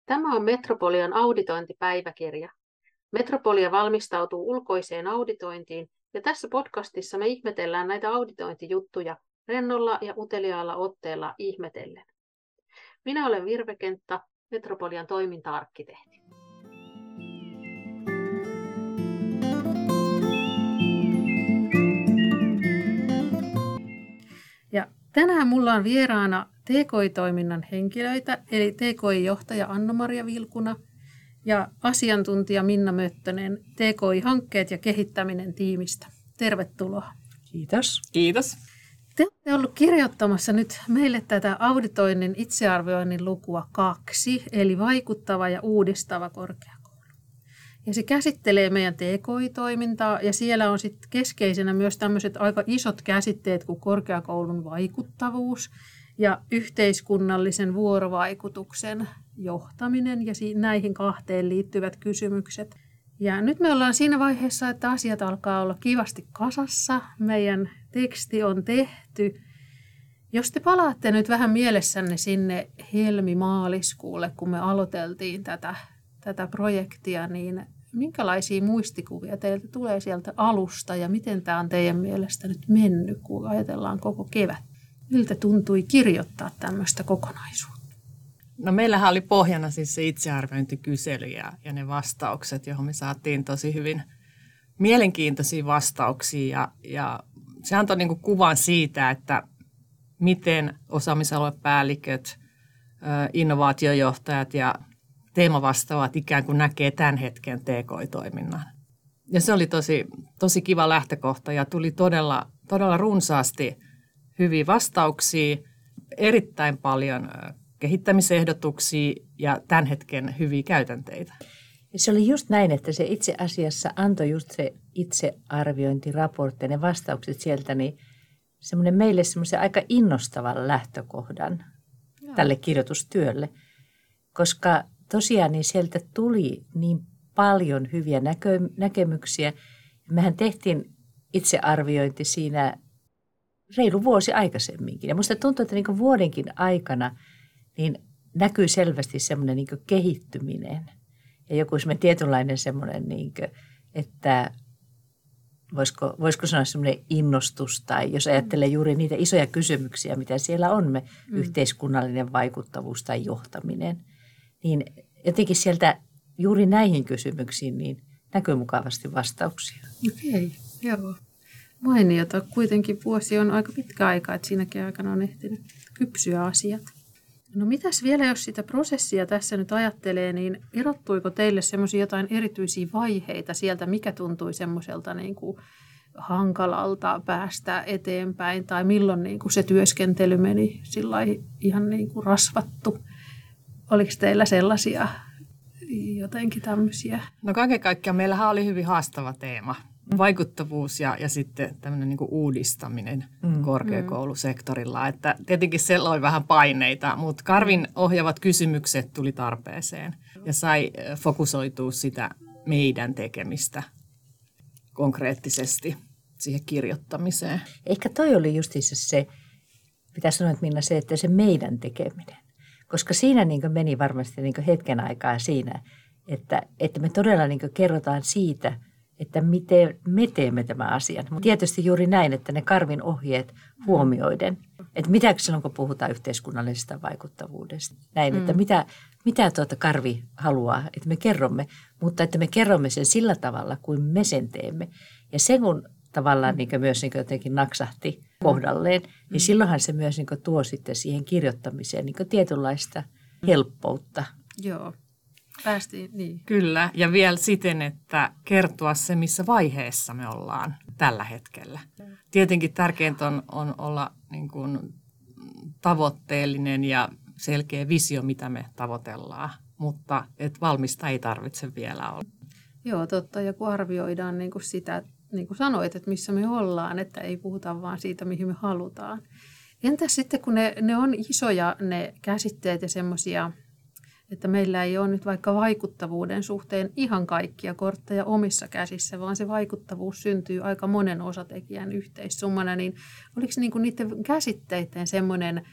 Tämä on Metropolian auditointipäiväkirja. Metropolia valmistautuu ulkoiseen auditointiin ja tässä podcastissa me ihmetellään näitä auditointijuttuja rennolla ja uteliaalla otteella ihmetellen. Minä olen Virve Kenttä, Metropolian toiminta-arkkitehti. Ja tänään mulla on vieraana TKI-toiminnan henkilöitä, eli TKI-johtaja Anna-Maria Vilkuna ja asiantuntija Minna Möttönen TKI-hankkeet ja kehittäminen tiimistä. Tervetuloa. Kiitos. Kiitos. Te olette ollut kirjoittamassa nyt meille tätä auditoinnin itsearvioinnin lukua 2, eli vaikuttava ja uudistava korkeakoulu. Ja se käsittelee meidän TKI-toimintaa ja siellä on sitten keskeisenä myös tämmöiset aika isot käsitteet kuin korkeakoulun vaikuttavuus ja yhteiskunnallisen vuorovaikutuksen johtaminen ja näihin kahteen liittyvät kysymykset. Ja nyt me ollaan siinä vaiheessa, että asiat alkaa olla kivasti kasassa. Meidän teksti on tehty. Jos te palaatte nyt vähän mielessänne sinne helmi-maaliskuulle, kun me aloiteltiin tätä projektia, niin minkälaisia muistikuvia teiltä tulee sieltä alusta ja miten tämä on teidän mielestä nyt mennyt, kun ajatellaan koko kevät? Miltä tuntui kirjoittaa tämmöistä kokonaisuutta? No meillähän oli pohjana siis se itsearviointikysely ja ne vastaukset, johon me saatiin tosi hyvin mielenkiintoisia vastauksia. Ja se antoi niin kuin kuvan siitä, että miten osaamisaluepäälliköt, innovaatiojohtajat ja teemavastaavat ikään kuin näkee tämän hetken TKI-toiminnan. Ja se oli tosi kiva lähtökohta ja tuli todella runsaasti hyviä vastauksia, erittäin paljon kehittämisehdotuksia ja tämän hetken hyviä käytänteitä. Ja se oli just näin, että se itse asiassa antoi just se itsearviointiraportti ja ne vastaukset sieltä, niin meille semmoisen aika innostavan lähtökohdan tälle kirjoitustyölle, koska tosiaan niin sieltä tuli niin paljon hyviä näkemyksiä. Mehän tehtiin itsearviointi siinä reilu vuosi aikaisemminkin. Ja musta tuntuu, että niin vuodenkin aikana niin näkyy selvästi semmoinen niin kehittyminen. Ja joku semmoinen tietynlainen semmoinen, niin kuin, että voisiko sanoa semmoinen innostus, tai jos ajattelee juuri niitä isoja kysymyksiä, mitä siellä on, yhteiskunnallinen vaikuttavuus tai johtaminen, niin jotenkin sieltä juuri näihin kysymyksiin niin näkyy mukavasti vastauksia. Okei, joo. Mainiota. Kuitenkin vuosi on aika pitkä aika, että siinäkin aikana on ehtinyt kypsyä asiat. No mitäs vielä, jos sitä prosessia tässä nyt ajattelee, niin erottuiko teille semmoisia jotain erityisiä vaiheita sieltä, mikä tuntui semmoiselta niin kuin hankalalta päästä eteenpäin, tai milloin niin kuin se työskentely meni sillai ihan niin kuin rasvattu? Oliko teillä sellaisia jotenkin tämmöisiä? No kaiken kaikkiaan meillähän oli hyvin haastava teema. Vaikuttavuus ja sitten tämmöinen niin kuin uudistaminen korkeakoulusektorilla. Että tietenkin se loi vähän paineita, mutta Karvin ohjaavat kysymykset tuli tarpeeseen ja sai fokusoitua sitä meidän tekemistä konkreettisesti siihen kirjoittamiseen. Ehkä toi oli justiinsa se, mitä sanoit Minna, se, että se meidän tekeminen. Koska siinä niin kuin meni varmasti niin kuin hetken aikaa siinä, että me todella niin kuin kerrotaan siitä, että miten me teemme tämän asian. Mutta tietysti juuri näin, että ne Karvin ohjeet huomioiden, että mitä silloin kun puhutaan yhteiskunnallisesta vaikuttavuudesta. Näin, että mitä Karvi haluaa, että me kerromme, mutta että me kerromme sen sillä tavalla, kuin me sen teemme. Ja se kun tavallaan niin myös niin jotenkin naksahti kohdalleen, niin silloinhan se myös niin tuo sitten siihen kirjoittamiseen niin tietynlaista helppoutta. Joo. Päästiin, niin. Kyllä, ja vielä siten, että kertoa se, missä vaiheessa me ollaan tällä hetkellä. Tietenkin tärkeintä on olla niin kuin tavoitteellinen ja selkeä visio, mitä me tavoitellaan, mutta et valmista ei tarvitse vielä olla. Joo, totta, ja kun arvioidaan niin kuin sitä, niin kuin sanoit, että missä me ollaan, että ei puhuta vaan siitä, mihin me halutaan. Entäs sitten, kun ne on isoja ne käsitteet ja semmoisia, että meillä ei ole nyt vaikka vaikuttavuuden suhteen ihan kaikkia kortteja omissa käsissä, vaan se vaikuttavuus syntyy aika monen osatekijän yhteissummana, niin oliko niin kuin niiden käsitteiden semmoinen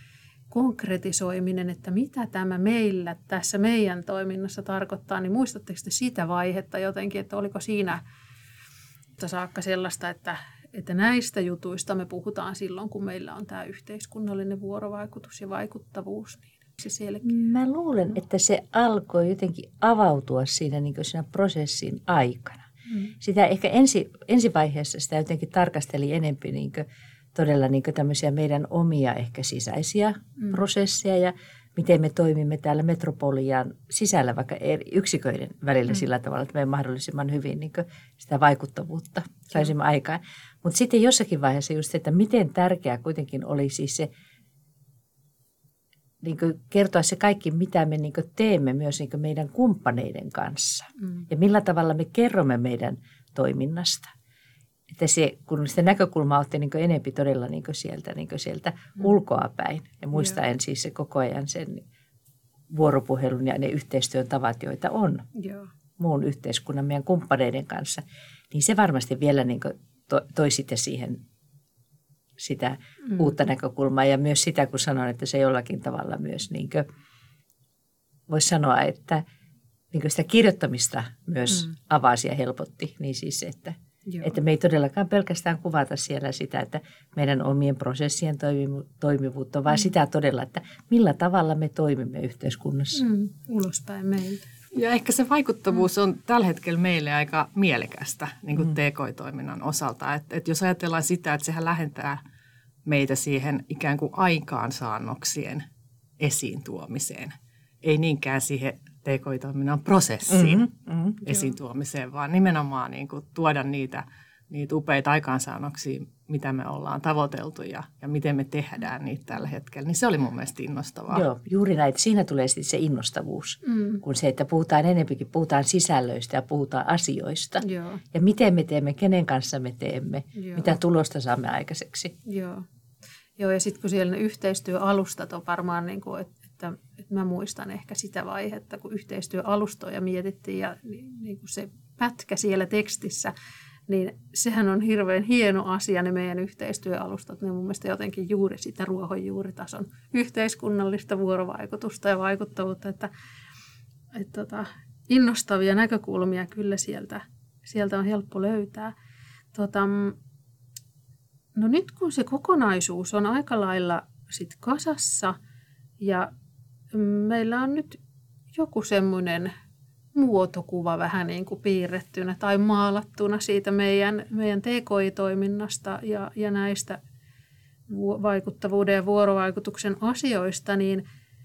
konkretisoiminen, että mitä tämä meillä tässä meidän toiminnassa tarkoittaa, niin muistatteko te sitä vaihetta jotenkin, että oliko siinä saakka sellaista, että näistä jutuista me puhutaan silloin, kun meillä on tämä yhteiskunnallinen vuorovaikutus ja vaikuttavuus, niin se selkeä. Mä luulen, että se alkoi jotenkin avautua siinä prosessin aikana. Sitä ehkä ensivaiheessa sitä jotenkin tarkasteli enemmän todella tämmöisiä meidän omia ehkä sisäisiä prosesseja ja miten me toimimme täällä metropolian sisällä vaikka yksiköiden välillä sillä tavalla, että me mahdollisimman hyvin sitä vaikuttavuutta saisimme aikaan. Mutta sitten jossakin vaiheessa just se, että miten tärkeää kuitenkin oli siis se kertoa se kaikki, mitä me teemme myös meidän kumppaneiden kanssa ja millä tavalla me kerromme meidän toiminnasta. Että se, kun sitä näkökulmaa otti enempi todella sieltä ulkoapäin ja muistaen siis se koko ajan sen vuoropuhelun ja ne yhteistyön tavat, joita on muun yhteiskunnan meidän kumppaneiden kanssa, niin se varmasti vielä toi sitten siihen sitä uutta näkökulmaa ja myös sitä, kun sanon, että se jollakin tavalla myös voisi sanoa, että sitä kirjoittamista myös avasi ja helpotti, niin siis että me ei todellakaan pelkästään kuvata siellä sitä, että meidän omien prosessien toimivuutta, vaan sitä todella, että millä tavalla me toimimme yhteiskunnassa. Ulospäin meiltä. Ja ehkä se vaikuttavuus on tällä hetkellä meille aika mielekästä niin kuin TK-toiminnan osalta. Että jos ajatellaan sitä, että sehän lähentää meitä siihen ikään kuin aikaansaannoksien esiin tuomiseen, ei niinkään siihen TK-toiminnan prosessiin esiin tuomiseen, vaan nimenomaan niin kuin tuoda niitä upeita aikaansaannoksia, mitä me ollaan tavoiteltu ja miten me tehdään niitä tällä hetkellä. Niin se oli mun mielestä innostavaa. Joo, juuri näin. Siinä tulee sitten se innostavuus, kun se, että puhutaan enempikin, puhutaan sisällöistä ja puhutaan asioista. Joo. Ja miten me teemme, kenen kanssa me teemme, mitä tulosta saamme aikaiseksi. Joo, ja sitten kun siellä ne yhteistyöalustat on varmaan, että mä muistan ehkä sitä vaihetta, kun yhteistyöalustoja mietittiin ja niin kuin se pätkä siellä tekstissä, niin sehän on hirveän hieno asia, ne meidän yhteistyöalustat. Ne mun mielestä jotenkin juuri sitä ruohonjuuritason yhteiskunnallista vuorovaikutusta ja vaikuttavuutta, että innostavia näkökulmia kyllä sieltä on helppo löytää. No nyt kun se kokonaisuus on aika lailla sit kasassa ja meillä on nyt joku semmoinen muotokuva vähän niin kuin piirrettynä tai maalattuna siitä meidän TKI-toiminnasta ja näistä vaikuttavuuden ja vuorovaikutuksen asioista, niin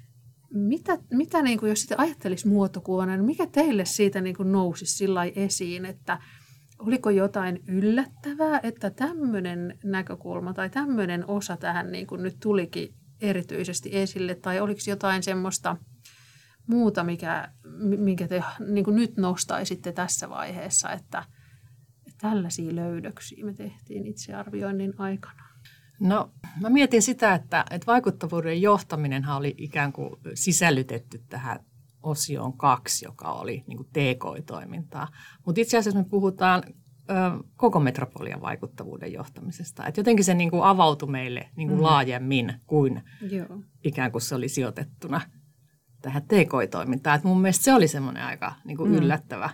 mitä niin kuin, jos sitä ajattelisi muotokuvana, niin mikä teille siitä niin kuin nousisi sillä lailla esiin, että oliko jotain yllättävää, että tämmöinen näkökulma tai tämmöinen osa tähän niin kuin nyt tulikin erityisesti esille, tai oliko jotain semmoista muuta, minkä te niin kuin nyt nostaisitte tässä vaiheessa, että tällaisia löydöksiä me tehtiin itsearvioinnin aikana? No, mä mietin sitä, että vaikuttavuuden johtaminenhan oli ikään kuin sisällytetty tähän osioon 2, joka oli niin kuin TKI-toimintaa. Mutta itse asiassa me puhutaan koko metropolian vaikuttavuuden johtamisesta. Et jotenkin se niin kuin avautui meille niin kuin laajemmin kuin ikään kuin se oli sijoitettuna tähän TKI-toimintaan. Et mun mielestä se oli semmoinen aika niin kuin yllättävä.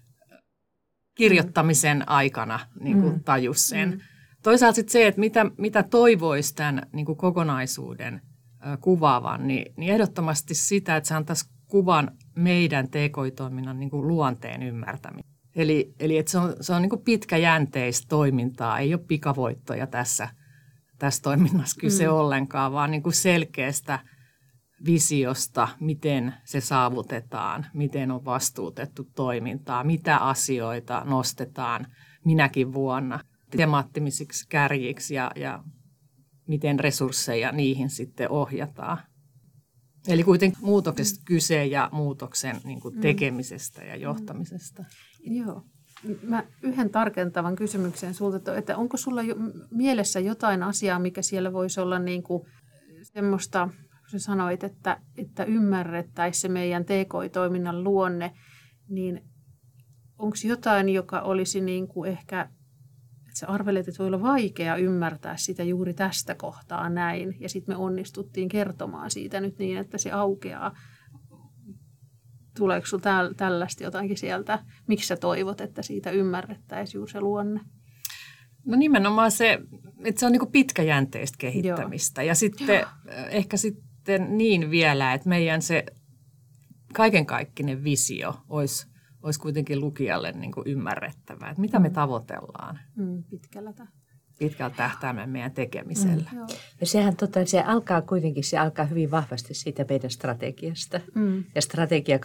Kirjoittamisen aikana niin kuin tajus sen. Toisaalta sitten se, että mitä toivoisi tämän niin kuin kokonaisuuden kuvaavan, niin ehdottomasti sitä, että se antaisi kuvan meidän TKI-toiminnan niin kuin luonteen ymmärtämistä. Eli että se on niin kuin pitkäjänteistä toimintaa, ei ole pikavoittoja tässä toiminnassa kyse ollenkaan, vaan niin kuin selkeästä visiosta, miten se saavutetaan, miten on vastuutettu toimintaa, mitä asioita nostetaan minäkin vuonna temaattimisiksi kärjiksi ja miten resursseja niihin sitten ohjataan. Eli kuitenkin muutoksesta kyse ja muutoksen niin kuin tekemisestä ja johtamisesta. Joo. Mä yhden tarkentavan kysymyksen sulta, että onko sulla mielessä jotain asiaa, mikä siellä voisi olla niin kuin semmoista, kun sä sanoit, että ymmärrettäisiin se meidän TKI-toiminnan luonne, niin onko jotain, joka olisi niin kuin ehkä, että että sä arvelet, että voi olla vaikea ymmärtää sitä juuri tästä kohtaa näin. Ja sitten me onnistuttiin kertomaan siitä nyt niin, että se aukeaa. Tuleeko sinulla tällaista jotakin sieltä? Miksi sä toivot, että siitä ymmärrettäisiin juuri se luonne? No nimenomaan se, että se on niin kuin pitkäjänteistä kehittämistä. Ja sitten ehkä sitten niin vielä, että meidän se kaikenkaikkinen visio olisi kuitenkin lukijalle niin kuin ymmärrettävää, että mitä me tavoitellaan pitkällä tähtäimellä meidän tekemisellä. Ja sehän se alkaa hyvin vahvasti siitä meidän strategiasta ja strategia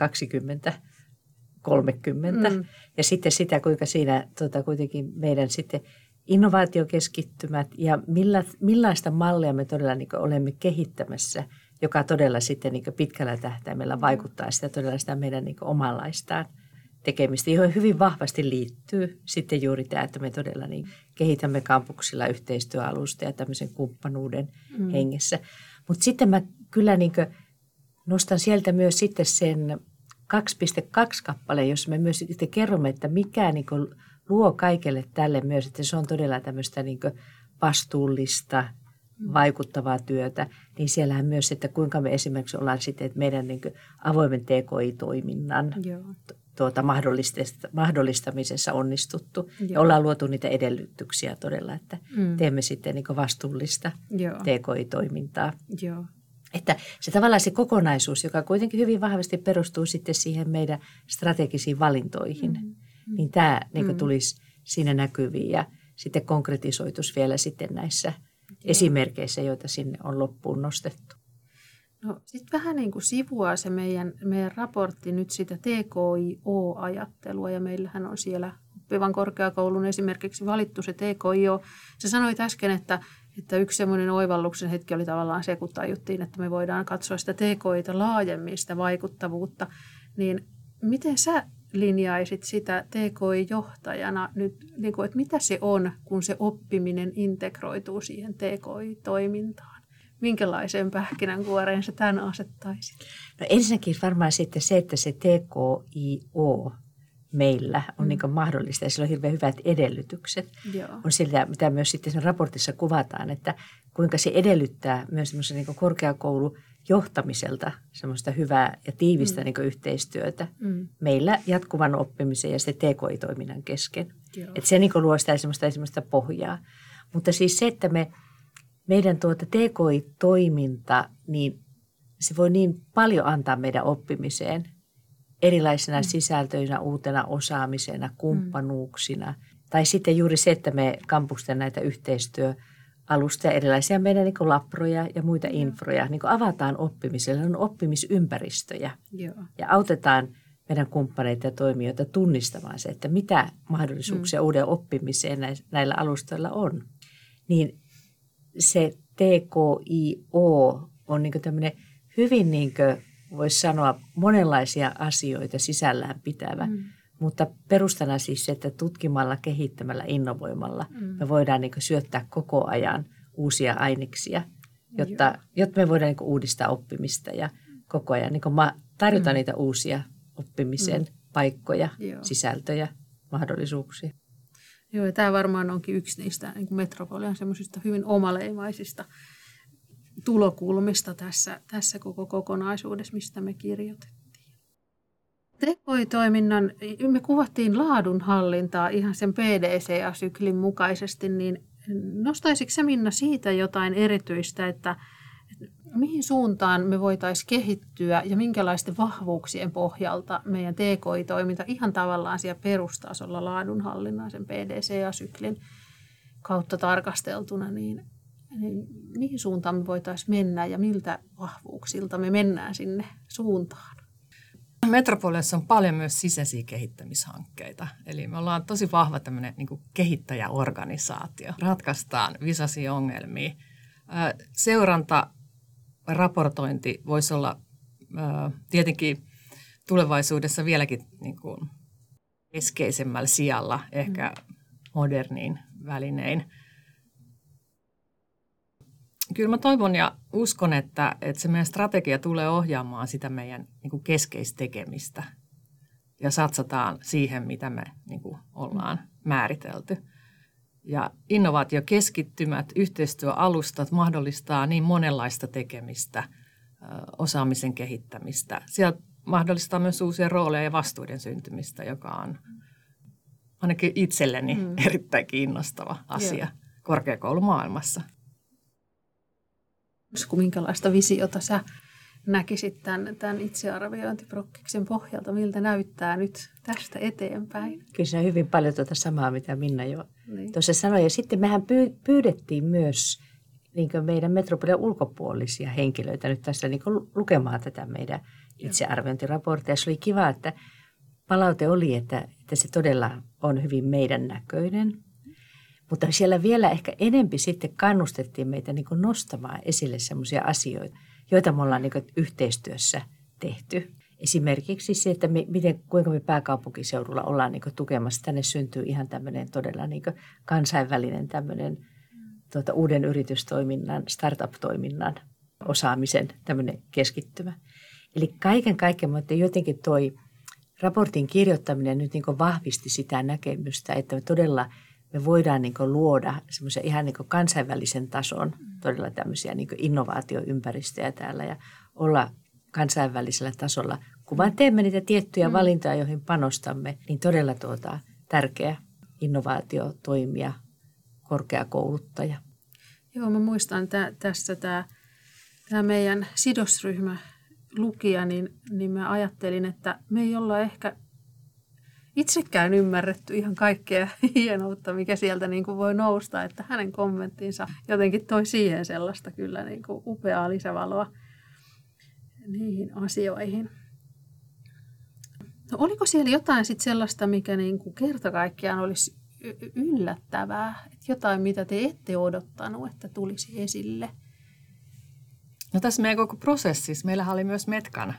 2030 ja sitten sitä, kuinka siinä kuitenkin meidän sitten innovaatiokeskittymät ja millaista mallia me todella niin kuin olemme kehittämässä, joka todella sitten niin kuin pitkällä tähtäimellä vaikuttaa sitä meidän niin kuin omanlaistaan tekemistä, johon hyvin vahvasti liittyy sitten juuri tämä, että me todella niin kehitämme kampuksilla yhteistyöalusta ja tämmöisen kumppanuuden hengessä. Mutta sitten mä kyllä niin kuin nostan sieltä myös sitten sen 2.2 kappaleen, jossa me myös sitten kerromme, että mikä niin kuin luo kaikelle tälle myös, että se on todella tämmöistä niin kuin vastuullista, vaikuttavaa työtä, niin siellähän myös, että kuinka me esimerkiksi ollaan sitten, että meidän niin kuin avoimen TKI-toiminnan mahdollistamisessa onnistuttu. Ja ollaan luotu niitä edellytyksiä todella, että teemme sitten niin kuin vastuullista TKI-toimintaa. Joo. Että se tavallaan se kokonaisuus, joka kuitenkin hyvin vahvasti perustuu sitten siihen meidän strategisiin valintoihin, niin tämä niin kuin tulisi siinä näkyviin ja sitten konkretisoitus vielä sitten näissä esimerkkeissä, joita sinne on loppuun nostettu. No sitten vähän niin kuin sivuaa se meidän raportti nyt sitä TKIO-ajattelua ja meillähän on siellä oppivan korkeakoulun esimerkiksi valittu se TKIO. Sä sanoit äsken, että yksi semmoinen oivalluksen hetki oli tavallaan se, kun tajuttiin, että me voidaan katsoa sitä TKI:ta laajemmin, sitä vaikuttavuutta. Niin miten sä linjaisit sitä TKI-johtajana nyt, niin kuin, että mitä se on, kun se oppiminen integroituu siihen TKI-toimintaan? Minkälaiseen pähkinänkuoreen sä tämän asettaisit? No ensinnäkin varmaan sitten se, että se TKIO meillä on niin kuin mahdollista ja sillä on hirveän hyvät edellytykset. On sillä, mitä myös sitten sen raportissa kuvataan, että kuinka se edellyttää myös semmoisen niin kuin korkeakoulujohtamiselta semmoista hyvää ja tiivistä niin kuin yhteistyötä meillä jatkuvan oppimisen ja se TKI-toiminnan kesken. Että se niin kuin luo sitä semmoista pohjaa. Mutta siis se, että meidän TKI-toiminta, niin se voi niin paljon antaa meidän oppimiseen erilaisina sisältöinä, uutena osaamisena, kumppanuuksina. Tai sitten juuri se, että me kampusten näitä yhteistyöalusta ja erilaisia meidän niin kuin labroja ja muita infroja niin kuin avataan oppimiselle. On oppimisympäristöjä ja autetaan meidän kumppaneita ja toimijoita tunnistamaan se, että mitä mahdollisuuksia uuden oppimiseen näillä alustoilla on. Niin se TKIO on niin kuin tämmöinen hyvin, niin kuin voisi sanoa, monenlaisia asioita sisällään pitävä, mutta perustana siis se, että tutkimalla, kehittämällä, innovoimalla me voidaan niin kuin syöttää koko ajan uusia aineksia, jotta me voidaan niin kuin uudistaa oppimista ja koko ajan niin kuin tarjota niitä uusia oppimisen paikkoja, sisältöjä, mahdollisuuksia. Joo, ja tämä varmaan onkin yksi niistä niin kuin Metropolian semmoisista hyvin omaleimaisista tulokulmista tässä koko kokonaisuudessa, mistä me kirjoitettiin. TKI-toiminnan, me kuvattiin laadunhallintaa ihan sen PDCA-syklin mukaisesti, niin nostaisitko sä, Minna, siitä jotain erityistä, että mihin suuntaan me voitaisiin kehittyä ja minkälaisten vahvuuksien pohjalta meidän TKI-toiminta ihan tavallaan siellä perustasolla laadunhallinnan sen PDCA-syklin kautta tarkasteltuna, niin mihin suuntaan me voitaisiin mennä ja miltä vahvuuksilta me mennään sinne suuntaan? Metropoliassa on paljon myös sisäisiä kehittämishankkeita. Eli me ollaan tosi vahva tämmöinen niin kuin kehittäjäorganisaatio. Ratkaistaan visaisia ongelmia. Seuranta, raportointi voisi olla tietenkin tulevaisuudessa vieläkin niin kuin keskeisemmällä sijalla, ehkä moderniin välinein. Kyllä mä toivon ja uskon, että se meidän strategia tulee ohjaamaan sitä meidän niin kuin keskeistä tekemistä ja satsataan siihen, mitä me niin kuin ollaan määritelty. Ja innovaatiokeskittymät, yhteistyöalustat mahdollistaa niin monenlaista tekemistä, osaamisen kehittämistä. Sieltä mahdollistaa myös uusia rooleja ja vastuuden syntymistä, joka on ainakin itselleni erittäin kiinnostava asia korkeakoulumaailmassa. Minkälaista visiota sä näkisit tämän itsearviointiprokkiksen pohjalta? Miltä näyttää nyt tästä eteenpäin? Kyllä se on hyvin paljon tuota samaa, mitä Minna jo tuossa sanoi. Ja sitten mehän pyydettiin myös niin meidän metropolian ulkopuolisia henkilöitä nyt tässä niin lukemaan tätä meidän itsearviointiraporttia. Se oli kiva, että palaute oli, että se todella on hyvin meidän näköinen. Mutta siellä vielä ehkä enempi sitten kannustettiin meitä niin nostamaan esille sellaisia asioita, joita me ollaan niin yhteistyössä tehty. Esimerkiksi se, että kuinka me pääkaupunkiseudulla ollaan niin tukemassa. Tänne syntyy ihan tämmöinen todella niin kansainvälinen tämmöinen uuden yritystoiminnan, startup-toiminnan osaamisen tämmöinen keskittymä. Eli kaiken kaikkiaan, että jotenkin toi raportin kirjoittaminen nyt niin vahvisti sitä näkemystä, että me voidaan niin luoda semmoisia ihan niin kansainvälisen tason todella tämmöisiä niin innovaatioympäristöjä täällä ja olla kansainvälisellä tasolla. Kun vaan teemme niitä tiettyjä valintoja, joihin panostamme, niin todella tärkeä innovaatiotoimija, korkeakouluttaja. Joo, mä muistan tässä tämä meidän sidosryhmä lukija, niin mä ajattelin, että me ei olla ehkä itsekään ymmärretty ihan kaikkea hienoutta, mikä sieltä niin kuin voi nousta, että hänen kommenttinsa jotenkin toi siihen sellaista kyllä niin kuin upeaa lisävaloa niihin asioihin. No, oliko siellä jotain sit sellaista, mikä niin kuin kerta kaikkiaan olisi yllättävää, että jotain, mitä te ette odottanut, että tulisi esille? No tässä meidän koko prosessissa, meillähän oli myös Metkan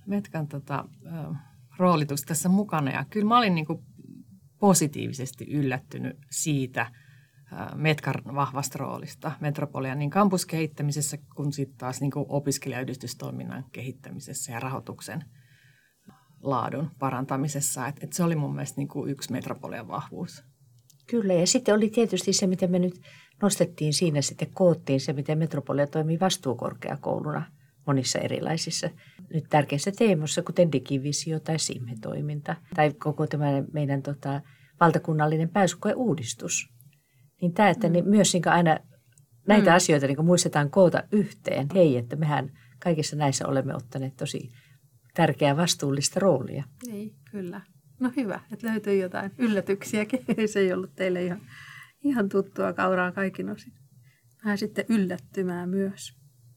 roolitus tässä mukana ja kyllä mä olin niin kuin positiivisesti yllättynyt siitä Metkan vahvasta roolista Metropolian niin kampuskehittämisessä kuin sitten taas niin kuin opiskelijayhdistystoiminnan kehittämisessä ja rahoituksen laadun parantamisessa. Et se oli mun mielestä niin kuin yksi Metropolian vahvuus. Kyllä, ja sitten oli tietysti se, mitä me nyt nostettiin siinä, sitten koottiin se, miten Metropolia toimii vastuukorkeakouluna monissa erilaisissa nyt tärkeissä teemoissa, kuten digivisio tai SIMHE-toiminta tai koko tämä meidän valtakunnallinen pääsykoeuudistus. Niin tämä, että myös niin aina näitä asioita niin muistetaan koota yhteen. Hei, että mehän kaikissa näissä olemme ottaneet tosi tärkeää vastuullista roolia. Niin, kyllä. No hyvä, että löytyy jotain yllätyksiäkin. Se ei ollut teille ihan tuttua kauraa kaikin osin. Vähän sitten yllättymään myös.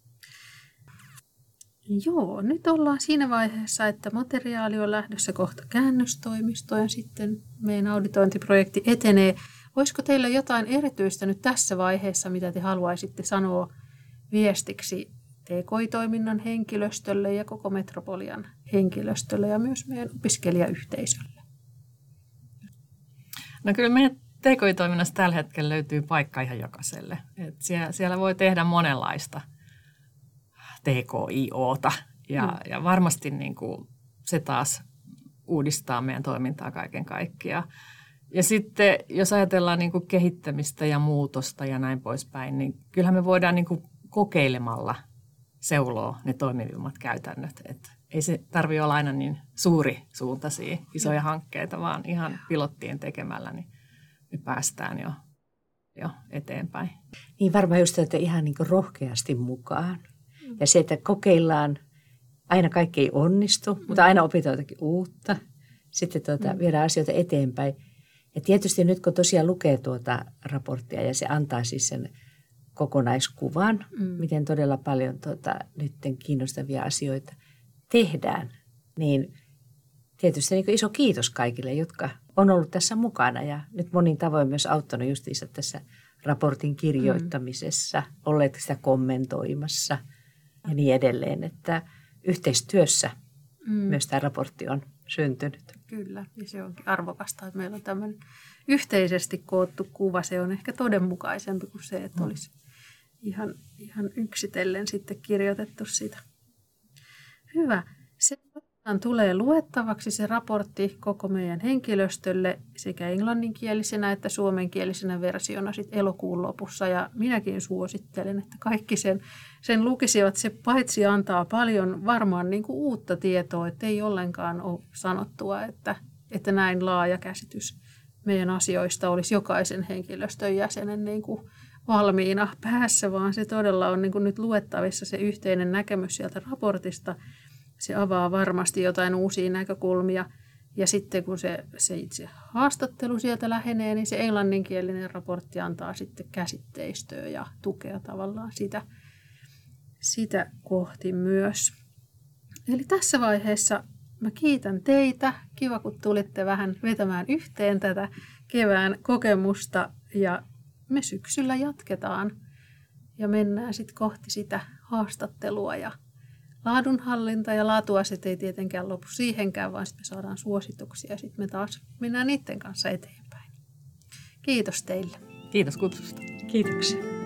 Joo, nyt ollaan siinä vaiheessa, että materiaali on lähdössä kohta käännöstoimistoon ja sitten meidän auditointiprojekti etenee. Olisiko teillä jotain erityistä nyt tässä vaiheessa, mitä te haluaisitte sanoa viestiksi TKI-toiminnan henkilöstölle ja koko Metropolian henkilöstölle ja myös meidän opiskelijayhteisölle? No kyllä meidän TKI-toiminnassa tällä hetkellä löytyy paikka ihan jokaiselle. Et siellä voi tehdä monenlaista TKIOta ja varmasti niin kuin se taas uudistaa meidän toimintaa kaiken kaikkiaan. Ja sitten jos ajatellaan niin kuin kehittämistä ja muutosta ja näin poispäin, niin kyllähän me voidaan niin kuin kokeilemalla seuloa ne toimivimmat käytännöt. Et ei se tarvitse olla aina niin suuri suuntaisia isoja hankkeita, vaan ihan pilottien tekemällä niin me päästään jo eteenpäin. Niin varmaan just että ihan niin kuin rohkeasti mukaan. Ja se, että kokeillaan, aina kaikki ei onnistu, mutta aina opitaan jotakin uutta. Sitten viedään asioita eteenpäin. Ja tietysti nyt kun tosiaan lukee tuota raporttia ja se antaa siis sen kokonaiskuvan, miten todella paljon nyt kiinnostavia asioita tehdään, niin tietysti niin iso kiitos kaikille, jotka on ollut tässä mukana ja nyt monin tavoin myös auttanut justiinsa tässä raportin kirjoittamisessa, olleet sitä kommentoimassa ja niin edelleen, että yhteistyössä myös tämä raportti on syntynyt. Kyllä, ja se onkin arvokasta, että meillä on tämmöinen yhteisesti koottu kuva. Se on ehkä todenmukaisempi kuin se, että olisi ihan yksitellen sitten kirjoitettu sitä. Hyvä. Tulee luettavaksi se raportti koko meidän henkilöstölle sekä englanninkielisenä että suomenkielisenä versiona sit elokuun lopussa. Ja minäkin suosittelen, että kaikki sen lukisivat. Se paitsi antaa paljon varmaan niin kuin uutta tietoa, että ei ollenkaan ole sanottua, että näin laaja käsitys meidän asioista olisi jokaisen henkilöstön jäsenen niin kuin valmiina päässä, vaan se todella on niin kuin nyt luettavissa se yhteinen näkemys sieltä raportista. Se avaa varmasti jotain uusia näkökulmia. Ja sitten kun se itse haastattelu sieltä lähenee, niin se englanninkielinen raportti antaa sitten käsitteistöä ja tukea tavallaan sitä kohti myös. Eli tässä vaiheessa mä kiitän teitä. Kiva, kun tulitte vähän vetämään yhteen tätä kevään kokemusta. Ja me syksyllä jatketaan ja mennään sitten kohti sitä haastattelua ja laadunhallinta ja laatuasiat ei tietenkään lopu siihenkään, vaan sitten me saadaan suosituksia ja sitten me taas mennään niiden kanssa eteenpäin. Kiitos teille. Kiitos kutsusta. Kiitoksia.